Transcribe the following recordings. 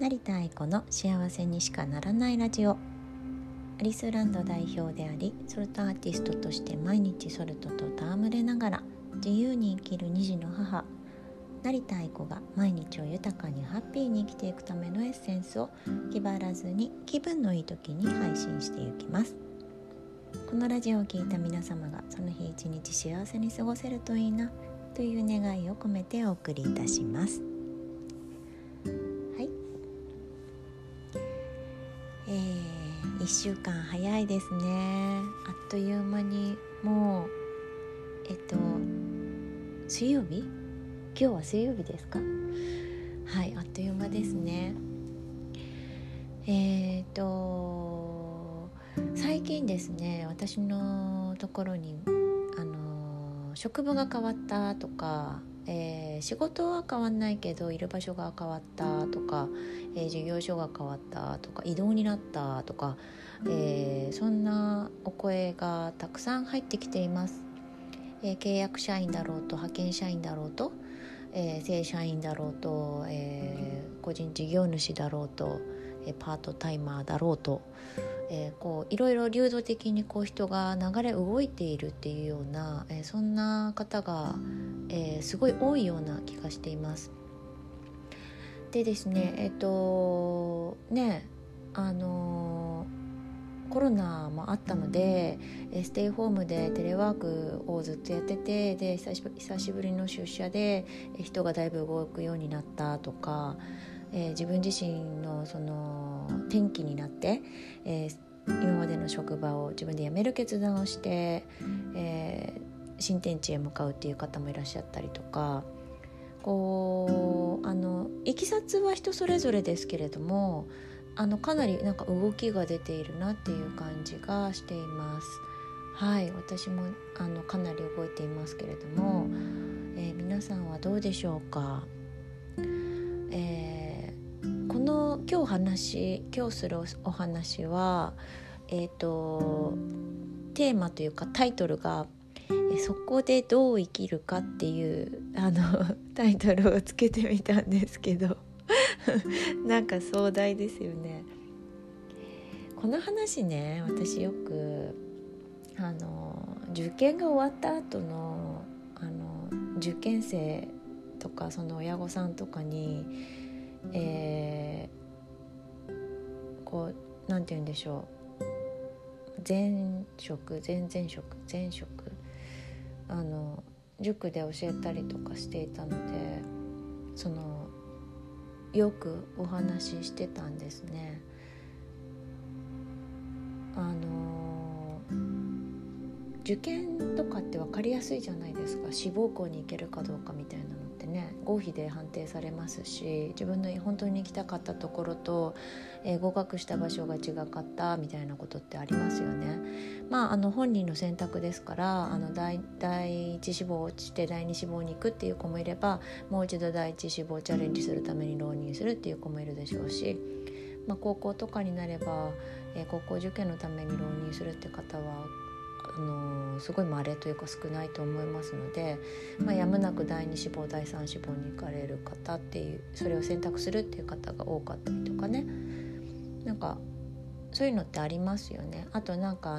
成田愛子の幸せにしかならないラジオ。アリスランド代表でありソルトアーティストとして毎日ソルトと戯れながら自由に生きる2児の母成田愛子が毎日を豊かにハッピーに生きていくためのエッセンスを気張らずに気分のいい時に配信していきます。このラジオを聞いた皆様がその日一日幸せに過ごせるといいなという願いを込めてお送りいたします。はい、1週間早いですね。あっという間にもう水曜日？今日は水曜日ですか？はい、あっという間ですね。最近ですね、私のところに職場が変わったとか、仕事は変わんないけどいる場所が変わったとか、事業所が変わったとか異動になったとか、そんなお声がたくさん入ってきています。契約社員だろうと派遣社員だろうと、正社員だろうと、個人事業主だろうと、パートタイマーだろうと、いろいろ流動的に人が流れ動いているっていうような、そんな方が、すごい多いような気がしています。でですね、コロナもあったのでステイホームでテレワークをずっとやってて、で久しぶりの出社で人がだいぶ動くようになったとか、自分自身のその転機になって、今までの職場を自分で辞める決断をして、新天地へ向かうっていう方もいらっしゃったりとか、いきさつは人それぞれですけれども、かなり動きが出ているなっていう感じがしています。はい、私もかなり動いていますけれども、皆さんはどうでしょうか。この今日するお話は、テーマというかタイトルがそこでどう生きるかっていうタイトルをつけてみたんですけど壮大ですよね。この話ね、私よく受験が終わった後の受験生とかその親御さんとかに、なんて言うんでしょう、前職塾で教えたりとかしていたので、よくお話ししてたんですね。受験とかって分かりやすいじゃないですか。志望校に行けるかどうかみたいなのってね、合否で判定されますし、自分の本当に行きたかったところと、合格した場所が違かったみたいなことってありますよね。本人の選択ですから、第一志望落ちて第二志望に行くっていう子もいれば、もう一度第一志望チャレンジするために浪人するっていう子もいるでしょうし、高校とかになれば、高校受験のために浪人するって方はすごい稀というか少ないと思いますので、やむなく第二志望第三志望に行かれる方っていう、それを選択するっていう方が多かったりとかね、そういうのってありますよね。あと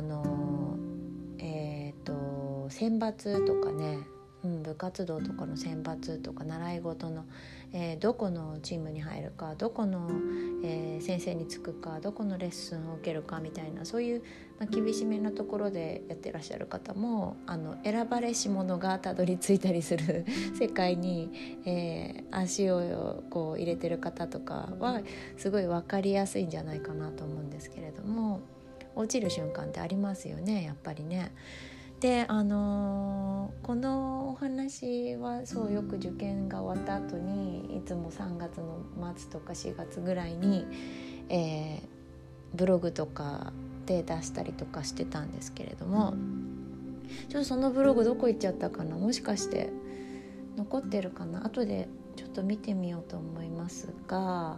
選抜とかね、部活動とかの選抜とか習い事の、どこのチームに入るか、どこの、先生につくか、どこのレッスンを受けるかみたいな、そういう、厳しめなところでやってらっしゃる方も選ばれし者がたどり着いたりする世界に、足を入れてる方とかはすごい分かりやすいんじゃないかなと思うんですけれども、落ちる瞬間ってありますよね、やっぱりね。でこのお話はよく受験が終わった後にいつも3月の末とか4月ぐらいに、ブログとかで出したりとかしてたんですけれども、ちょっとそのブログどこ行っちゃったかな、もしかして残ってるかな、後でちょっと見てみようと思いますが、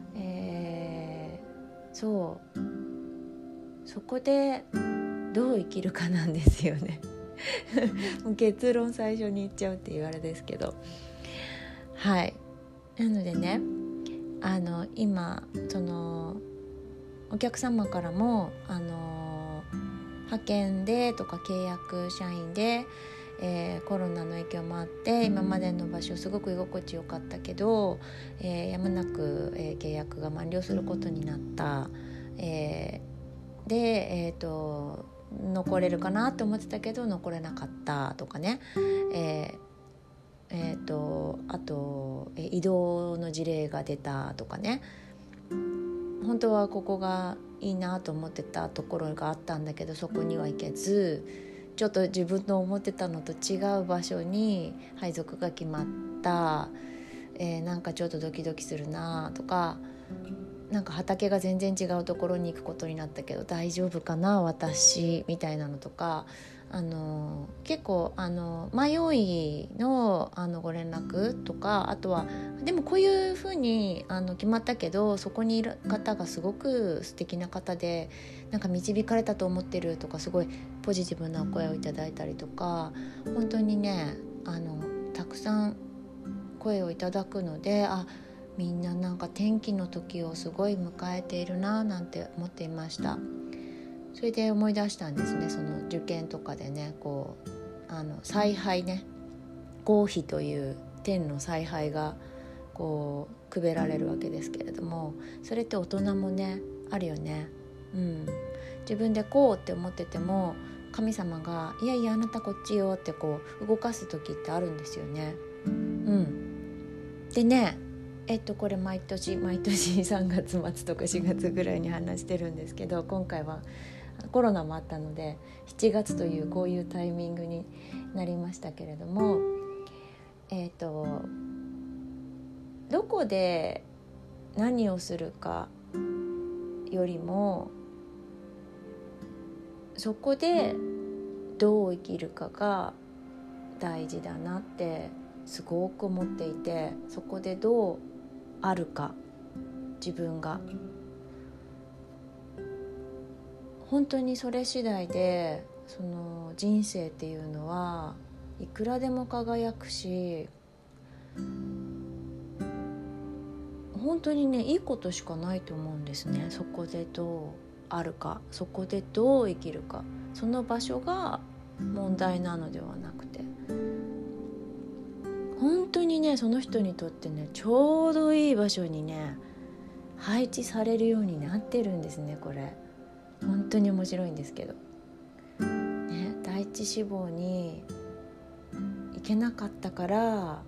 そこでどう生きるかなんですよねもう結論最初に言っちゃうっていうあれですけど、はい。なのでね、 今お客様からも派遣でとか契約社員で、コロナの影響もあって今までの場所すごく居心地よかったけど、やむなく、契約が満了することになった、で、残れるかなと思ってたけど残れなかったとかね、あと移動の事例が出たとかね、本当はここがいいなと思ってたところがあったんだけどそこには行けず、ちょっと自分の思ってたのと違う場所に配属が決まった、なんかちょっとドキドキするなとか、なんか畑が全然違うところに行くことになったけど大丈夫かな私みたいなのとか、結構迷いのご連絡とか、あとはでもこういうふうに決まったけどそこにいる方がすごく素敵な方でなんか導かれたと思ってるとか、すごいポジティブなお声をいただいたりとか、本当にねたくさん声をいただくので、みんななんか転機の時をすごい迎えているななんて思っていました。それで思い出したんですね。その受験とかでね、こう采配ね、合否という天の采配がこうくべられるわけですけれども、それって大人もねあるよね。自分でこうって思ってても神様がいやいやあなたこっちよってこう動かす時ってあるんですよね。でね、これ毎年3月末とか4月ぐらいに話してるんですけど、今回はコロナもあったので7月というこういうタイミングになりましたけれども、どこで何をするかよりもそこでどう生きるかが大事だなってすごく思っていて、そこでどうあるか、自分が本当にそれ次第でその人生っていうのはいくらでも輝くし、本当にねいいことしかないと思うんですね。そこでどうあるか、そこでどう生きるか、その場所が問題なのではなくて、本当にねその人にとってねちょうどいい場所にね配置されるようになってるんですね。これ本当に面白いんですけど、ね、第一志望に行けなかったから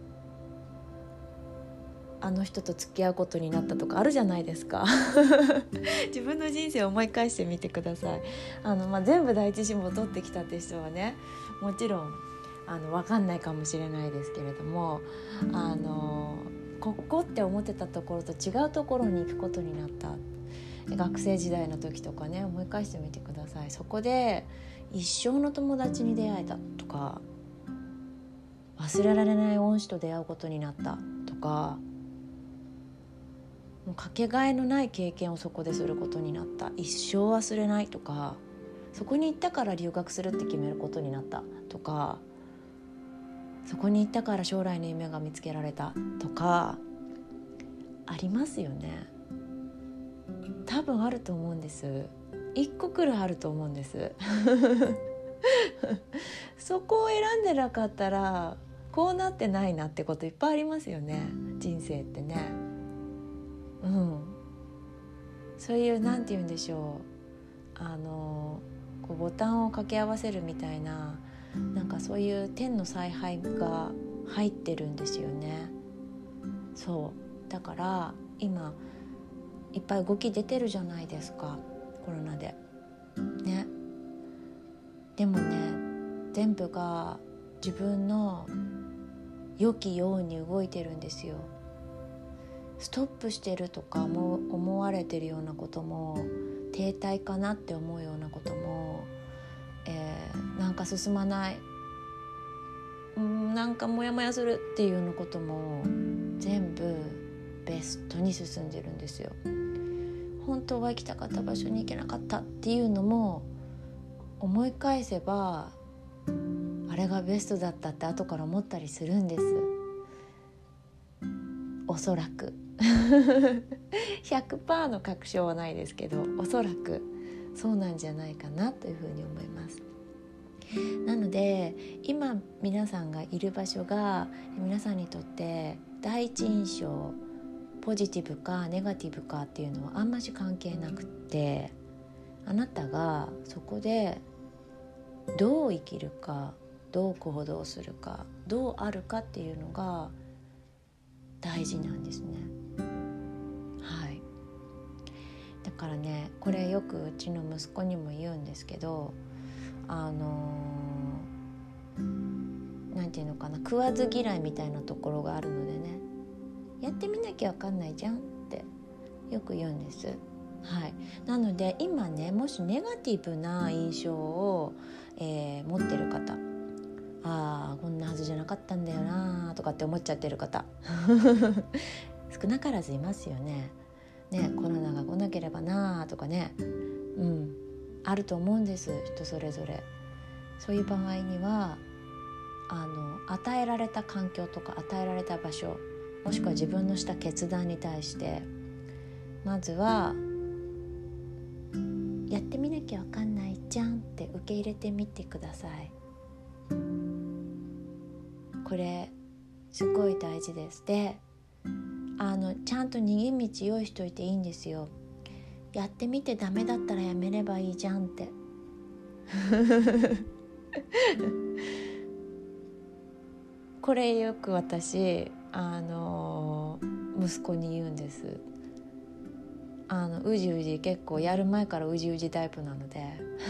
あの人と付き合うことになったとかあるじゃないですか自分の人生を思い返してみてください。全部第一志望を取ってきたって人はねもちろん分かんないかもしれないですけれども、ここって思ってたところと違うところに行くことになった。学生時代の時とかね思い返してみてください。そこで一生の友達に出会えたとか、忘れられない恩師と出会うことになったとか、もうかけがえのない経験をそこですることになった、一生忘れないとか、そこに行ったから留学するって決めることになったとか、そこに行ったから将来の夢が見つけられたとかありますよね。多分あると思うんです。一個くらいあると思うんですそこを選んでなかったらこうなってないなってこといっぱいありますよね、人生ってね。そういうなんて言うんでしょう、こうボタンを掛け合わせるみたいな、なんかそういう天の采配が入ってるんですよね。そうだから今いっぱい動き出てるじゃないですか、コロナでね。でもね全部が自分の良きように動いてるんですよ。ストップしてるとかも思われてるようなことも、停滞かなって思うようなことも、なんか進まない、なんかモヤモヤするっていうようなことも全部ベストに進んでるんですよ。本当は行きたかった場所に行けなかったっていうのも思い返せばあれがベストだったって後から思ったりするんです。 おそらく100% の確証はないですけど、おそらくそうなんじゃないかなというふうに思います。なので今皆さんがいる場所が皆さんにとって第一印象ポジティブかネガティブかっていうのはあんまし関係なくって、あなたがそこでどう生きるか、どう行動するか、どうあるかっていうのが大事なんですね。はい。だからね、これよくうちの息子にも言うんですけど、なんていうのかな、食わず嫌いみたいなところがあるのでね、やってみなきゃ分かんないじゃんってよく言うんです。はい。なので今ね、もしネガティブな印象を、持ってる方、こんなはずじゃなかったんだよなとかって思っちゃってる方少なからずいますよね。コロナが来なければなとかね、あると思うんです、人それぞれ。そういう場合には与えられた環境とか与えられた場所、もしくは自分のした決断に対してまずはやってみなきゃ分かんないじゃんって受け入れてみてください。これすごい大事です。で、ちゃんと逃げ道用意しといていいんですよ。やってみてダメだったらやめればいいじゃんってこれよく私息子に言うんです。うじうじ結構やる前からうじうじタイプなので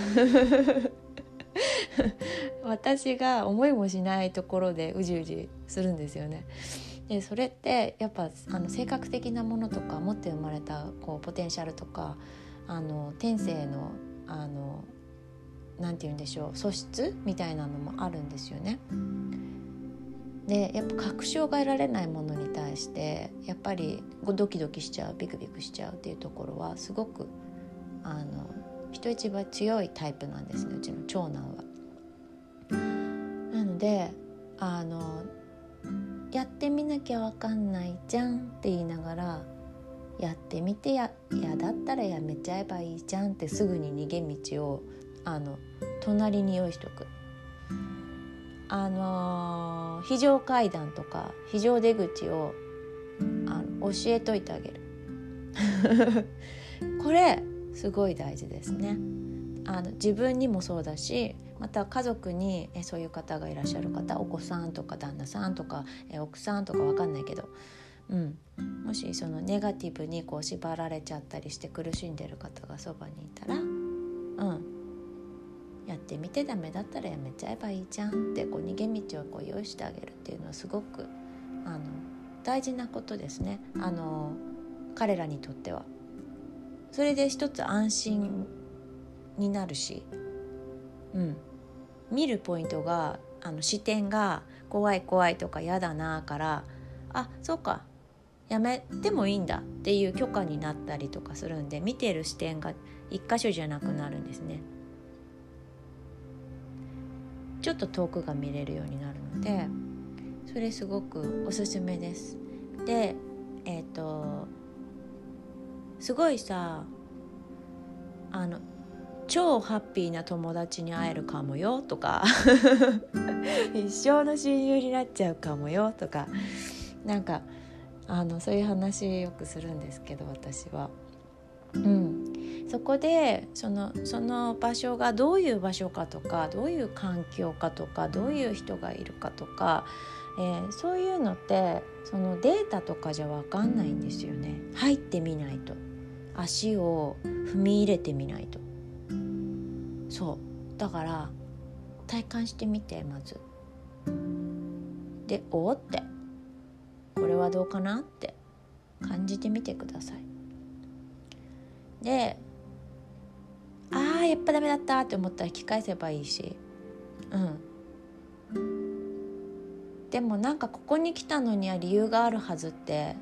私が思いもしないところでうじうじするんですよね。でそれってやっぱ性格的なものとか持って生まれたポテンシャルとか天性のなんて言うんでしょう、素質みたいなのもあるんですよね。でやっぱ確証が得られないものに対してやっぱりドキドキしちゃう、ビクビクしちゃうっていうところはすごく人一倍強いタイプなんですね、うちの長男は。なのでやってみなきゃ分かんないじゃんって言いながら、やってみてやだったらやめちゃえばいいじゃんってすぐに逃げ道を隣に用意しとく。非常階段とか非常出口を教えといてあげるこれすごい大事ですね。自分にもそうだし、また家族にそういう方がいらっしゃる方、お子さんとか旦那さんとか奥さんとか分かんないけど、もしそのネガティブに縛られちゃったりして苦しんでる方がそばにいたら、やってみてダメだったらやめちゃえばいいじゃんって逃げ道を用意してあげるっていうのはすごく大事なことですね。彼らにとってはそれで一つ安心になるし、見るポイントが視点が怖い怖いとかやだなから、そうかやめてもいいんだっていう許可になったりとかするんで、見てる視点が一箇所じゃなくなるんですね。ちょっと遠くが見れるようになるので、それすごくおすすめです。で、すごいさ超ハッピーな友達に会えるかもよとか一生の親友になっちゃうかもよとか、なんかそういう話よくするんですけど、私はそこでその場所がどういう場所かとか、どういう環境かとか、どういう人がいるかとか、そういうのってそのデータとかじゃ分かんないんですよね。入ってみないと、足を踏み入れてみないと。そうだから体感してみて、まずでってこれはどうかなって感じてみてください。でやっぱダメだったって思ったら引き返せばいいし、でもなんかここに来たのには理由があるはずって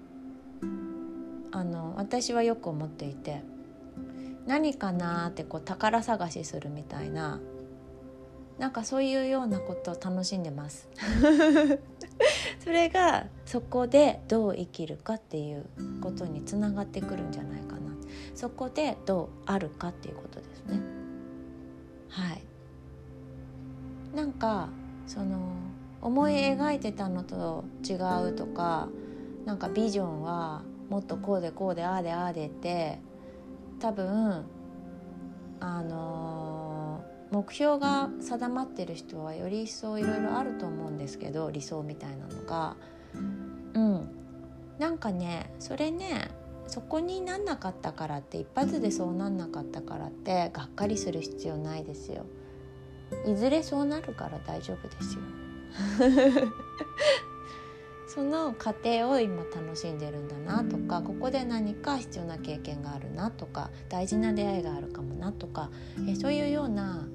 私はよく思っていて、何かなって宝探しするみたいな、なんかそういうようなことを楽しんでますそれがそこでどう生きるかっていうことにつながってくるんじゃないかな。そこでどうあるかっていうことですね。はい。なんかその思い描いてたのと違うとか、なんかビジョンはもっとこうでこうでああでああでって多分目標が定まってる人はより一層いろいろあると思うんですけど、理想みたいなのがなんかね、それね、そこになんなかったからって、一発でそうなんなかったからってがっかりする必要ないですよ。いずれそうなるから大丈夫ですよその過程を今楽しんでるんだなとか、ここで何か必要な経験があるなとか、大事な出会いがあるかもなとか、そういうような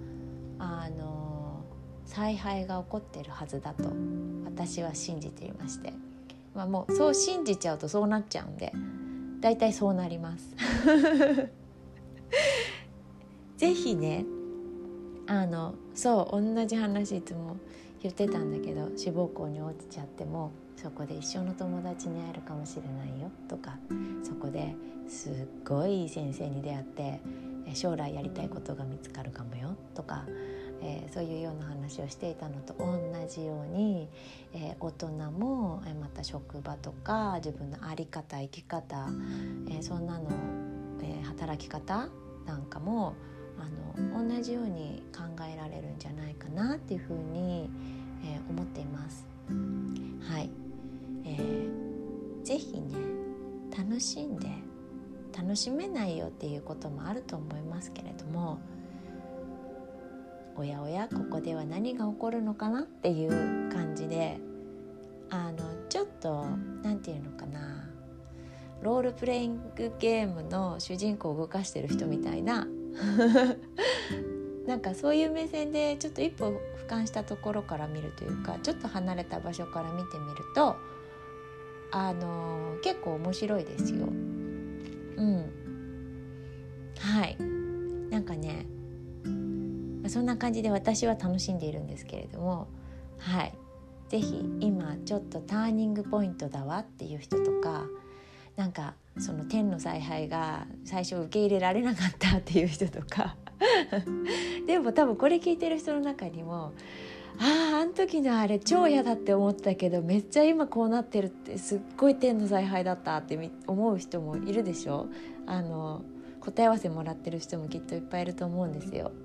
采配が起こってるはずだと私は信じていまして、もうそう信じちゃうとそうなっちゃうんで、だいたいそうなりますぜひね、そう同じ話いつも言ってたんだけど、志望校に落ちちゃってもそこで一生の友達に会えるかもしれないよとか、そこですっごいいい先生に出会って将来やりたいことが見つかるかもよとか、そういうような話をしていたのと同じように、大人もまた職場とか自分の在り方生き方、そんなの、働き方なんかも同じように考えられるんじゃないかなっていうふうに、思っています。はい、ぜひね、楽しんで楽しめないよっていうこともあると思いますけれども、おやおやここでは何が起こるのかなっていう感じで、ちょっとなんていうのかな、ロールプレイングゲームの主人公を動かしてる人みたいななんかそういう目線でちょっと一歩俯瞰したところから見るというか、ちょっと離れた場所から見てみると結構面白いですよ。はい、なんかね、そんな感じで私は楽しんでいるんですけれども、はい、ぜひ今ちょっとターニングポイントだわっていう人とか、なんかその天の采配が最初受け入れられなかったっていう人とかでも多分これ聞いてる人の中にも、あの時のあれ超嫌だって思ったけどめっちゃ今こうなってるってすっごい天の采配だったって思う人もいるでしょ。答え合わせもらってる人もきっといっぱいいると思うんですよ。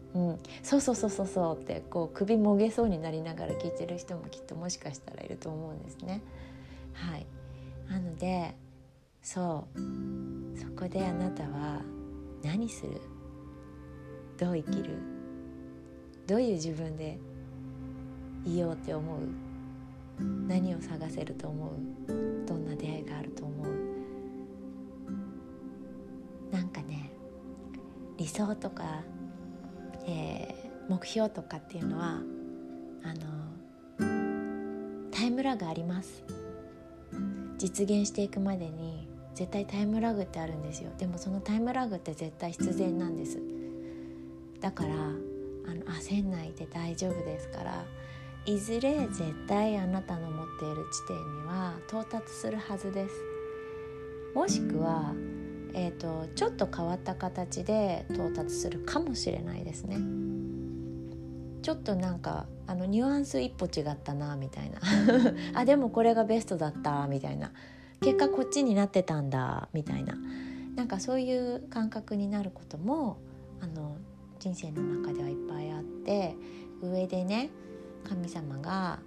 そうってこう首もげそうになりながら聞いてる人もきっともしかしたらいると思うんですね。はい、なのでそこであなたは何する、どう生きる、どういう自分でいようって思う、何を探せると思う、どんな出会いがあると思う。なんかね、理想とか、目標とかっていうのはタイムラグあります。実現していくまでに絶対タイムラグってあるんですよ。でもそのタイムラグって絶対必然なんです。だから焦んないで大丈夫ですから、いずれ絶対あなたの持っている地点には到達するはずです。もしくは、ちょっと変わった形で到達するかもしれないですね。ちょっとなんかニュアンス一歩違ったなみたいなでもこれがベストだったみたいな、結果こっちになってたんだみたいな、なんかそういう感覚になることも人生の中ではいっぱいあって、上でね、神様が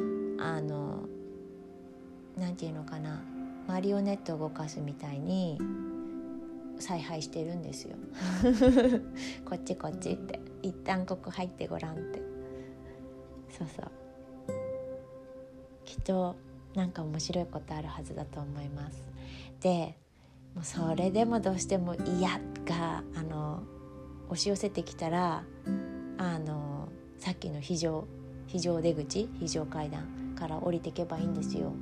なんていうのかな、マリオネットを動かすみたいに采配してるんですよこっちって一旦ここ入ってごらんって。そうきっとなんか面白いことあるはずだと思います。でもうそれでもどうしても嫌が押し寄せてきたらさっきの非常出口、非常階段から降りていけばいいんですよ。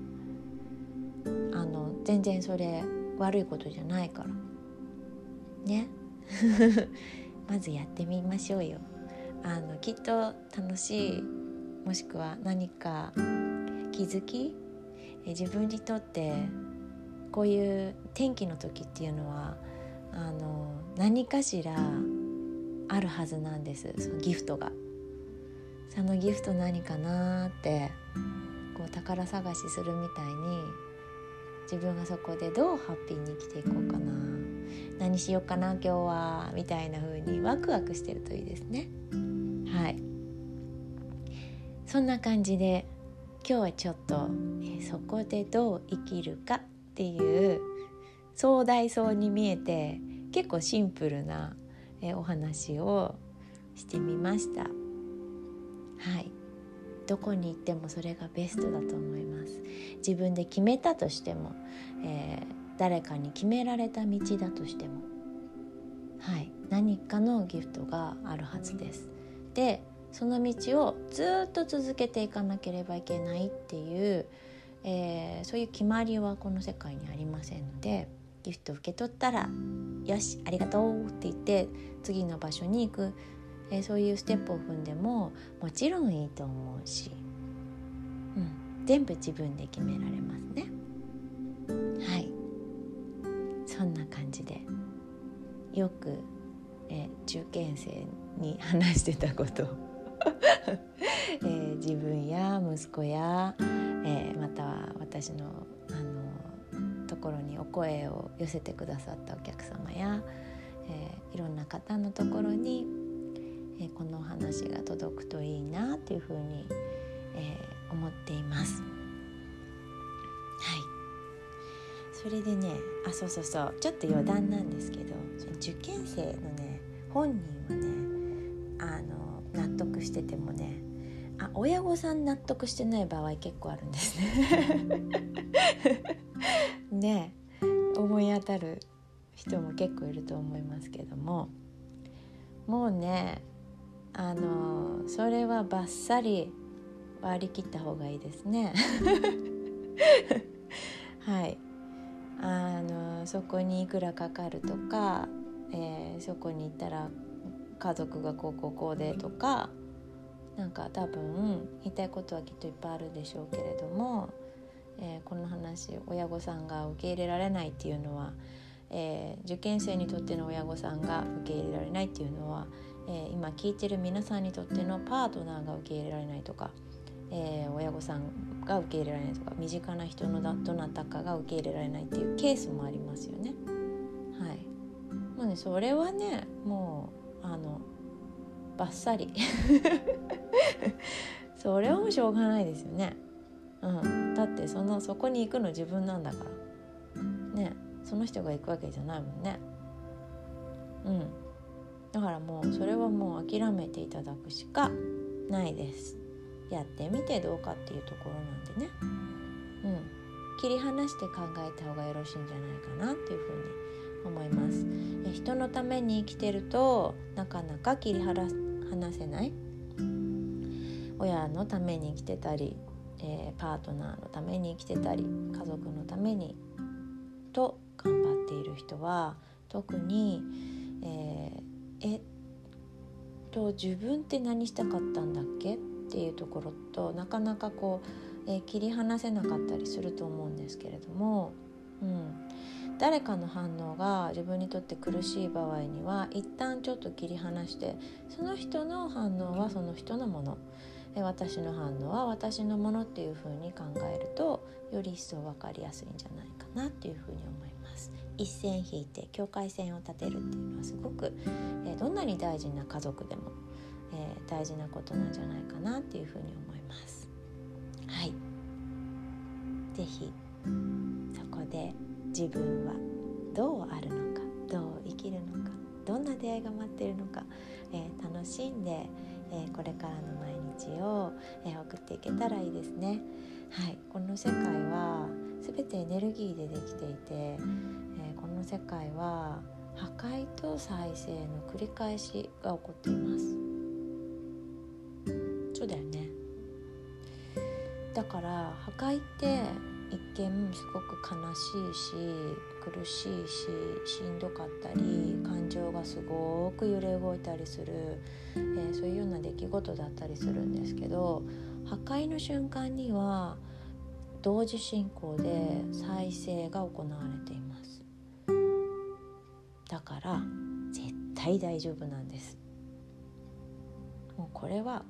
全然それ悪いことじゃないからねまずやってみましょうよ。きっと楽しい、もしくは何か気づき、自分にとってこういう転機の時っていうのは何かしらあるはずなんです。そのギフトが、そのギフト何かなってこう宝探しするみたいに、自分がそこでどうハッピーに生きていこうかな、何しようかな今日はみたいな風にワクワクしてるといいですね。はい、そんな感じで今日はちょっと、そこでどう生きるかっていう壮大そうに見えて結構シンプルな、お話をしてみました。はい、どこに行ってもそれがベストだと思います。自分で決めたとしても、誰かに決められた道だとしても、はい、何かのギフトがあるはずです。でその道をずっと続けていかなければいけないっていう、そういう決まりはこの世界にありませんので、ギフトを受け取ったらよしありがとうって言って次の場所に行く、そういうステップを踏んでももちろんいいと思うし、全部自分で決められますね。はい、そんな感じでよく、受験生に話してたことを自分や息子や、または私の、ところにお声を寄せてくださったお客様や、いろんな方のところに、この話が届くといいなというふうに、思っています。はい、それでね、そうちょっと余談なんですけど、受験生のね本人はね納得しててもね、親御さん納得してない場合結構あるんですねね、思い当たる人も結構いると思いますけども、もうねそれはバッサリ割り切った方がいいですねはい、そこにいくらかかるとか、そこに行ったら家族がこうでとか、なんか多分言いたいことはきっといっぱいあるでしょうけれども、この話親御さんが受け入れられないっていうのは、受験生にとっての親御さんが受け入れられないっていうのは、今聞いてる皆さんにとってのパートナーが受け入れられないとか、親御さんが受け入れられないとか、身近な人のどなたかが受け入れられないっていうケースもありますよね。はい、もうねそれはねもうバッサリそれはもうしょうがないですよね。だってそこに行くの自分なんだからね、その人が行くわけじゃないもんね。だからもうそれはもう諦めていただくしかないです。やってみてどうかっていうところなんでね、切り離して考えた方がよろしいんじゃないかなっていうふうに思います。人のために生きてるとなかなか切り離せない、親のために生きてたり、パートナーのために生きてたり、家族のためにと頑張っている人は特に、自分って何したかったんだっけっていうところとなかなか切り離せなかったりすると思うんですけれども、誰かの反応が自分にとって苦しい場合には一旦ちょっと切り離して、その人の反応はその人のもの、私の反応は私のものっていうふうに考えるとより一層分かりやすいんじゃないかなっていうふうに思います。一線引いて境界線を立てるっていうのはすごく、どんなに大事な家族でも、大事なことなんじゃないかなっていうふうに思います。はい、ぜひそこで自分はどうあるのか、どう生きるのか、どんな出会いが待っているのか、楽しんで、これからの毎日を、送っていけたらいいですね。はい、この世界は全てエネルギーでできていて、この世界は破壊と再生の繰り返しが起こっています。そうだよね。だから破壊って一見すごく悲しいし苦しいししんどかったり感情がすごく揺れ動いたりする、そういうような出来事だったりするんですけど、破壊の瞬間には、 同時進行で再生が行われています。だから絶対大丈夫なんです。もうこれは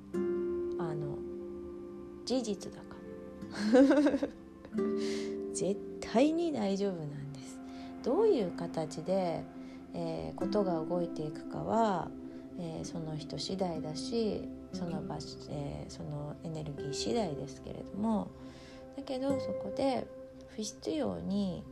事実だから絶対に大丈夫なんです。どういう形で、ことが動いていくかは、その人次第だし、その場所、そのエネルギー次第ですけれども、だけどそこで不必要に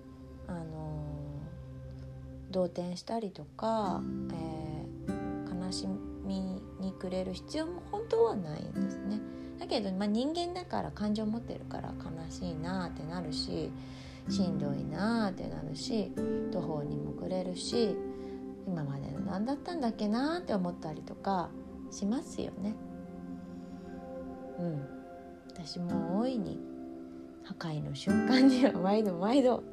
動転したりとか、悲しみに暮れる必要も本当はないんですね。だけど、人間だから感情持ってるから悲しいなってなるし、しんどいなってなるし、途方にも暮れるし、今までの何だったんだっけなって思ったりとかしますよね。私も大いに破壊の瞬間には毎度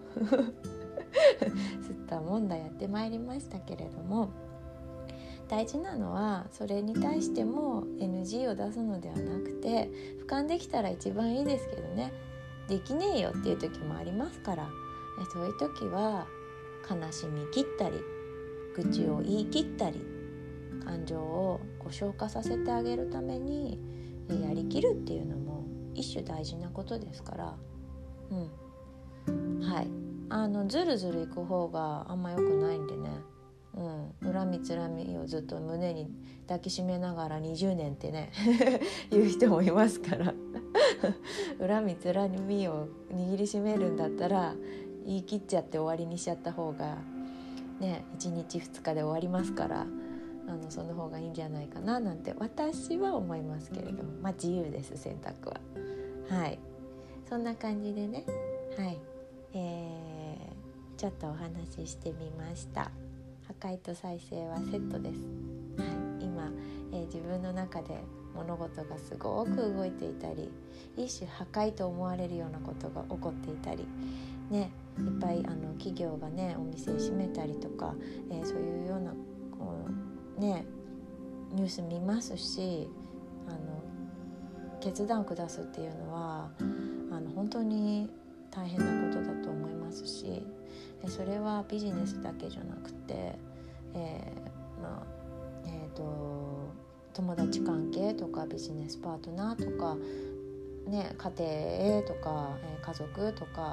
吸ったもんだやってまいりましたけれども、大事なのはそれに対しても NG を出すのではなくて、俯瞰できたら一番いいですけどね、できねえよっていう時もありますから、そういう時は悲しみ切ったり愚痴を言い切ったり、感情を消化させてあげるためにやりきるっていうのも一種大事なことですから、ずるずるいく方があんま良くないんでね、恨みつらみをずっと胸に抱きしめながら20年ってね言う人もいますから恨みつらみを握りしめるんだったら言い切っちゃって終わりにしちゃった方がね、1日2日で終わりますから、その方がいいんじゃないかななんて私は思いますけれども、自由です、選択は。そんな感じでね、ちょっとお話ししてみました。破壊と再生はセットです。今、自分の中で物事がすごく動いていたり、一種破壊と思われるようなことが起こっていたりね、いっぱい企業がねお店閉めたりとか、そういうようなニュース見ますし、決断を下すっていうのは本当に大変なことだと思いますし、それはビジネスだけじゃなくて、友達関係とかビジネスパートナーとか、家庭とか、家族とか、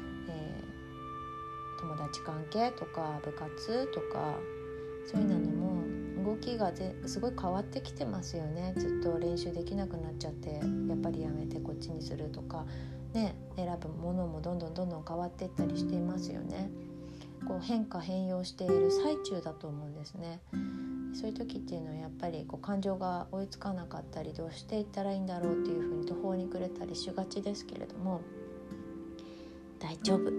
友達関係とか部活とか、そういうのも動きがすごい変わってきてますよね。ずっと練習できなくなっちゃってやっぱりやめてこっちにするとか選ぶものもどんどん変わっていったりしていますよね。変化変容している最中だと思うんですね。そういう時っていうのはやっぱり感情が追いつかなかったり、どうしていったらいいんだろうっていうふうに途方に暮れたりしがちですけれども、大丈夫、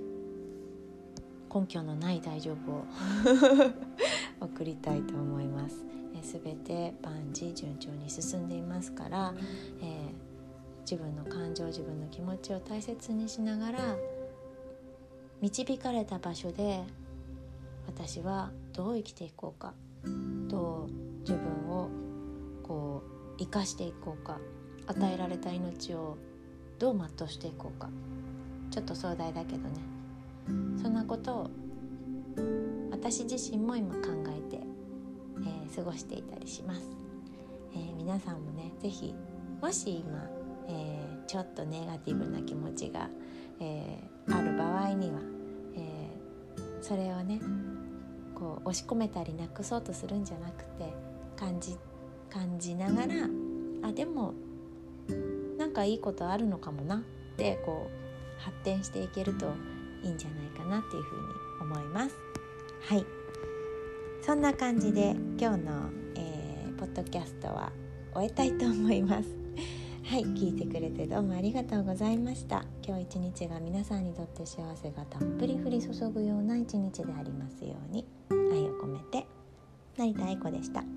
根拠のない大丈夫を送りたいと思います。全て万事順調に進んでいますから、自分の感情、自分の気持ちを大切にしながら、導かれた場所で私はどう生きていこうか、どう自分を生かしていこうか、与えられた命をどう全うしていこうか、ちょっと壮大だけどね、そんなことを私自身も今考えて、過ごしていたりします。皆さんもね、ぜひもし今、ちょっとネガティブな気持ちが、ある場合には、それをね押し込めたりなくそうとするんじゃなくて、感じながら、でもなんかいいことあるのかもなって発展していけるといいんじゃないかなっていうふうに思います。そんな感じで今日の、ポッドキャストは終えたいと思います。聞いてくれてどうもありがとうございました。今日一日が皆さんにとって幸せがたっぷり降り注ぐような一日でありますように。愛を込めて、成田愛子でした。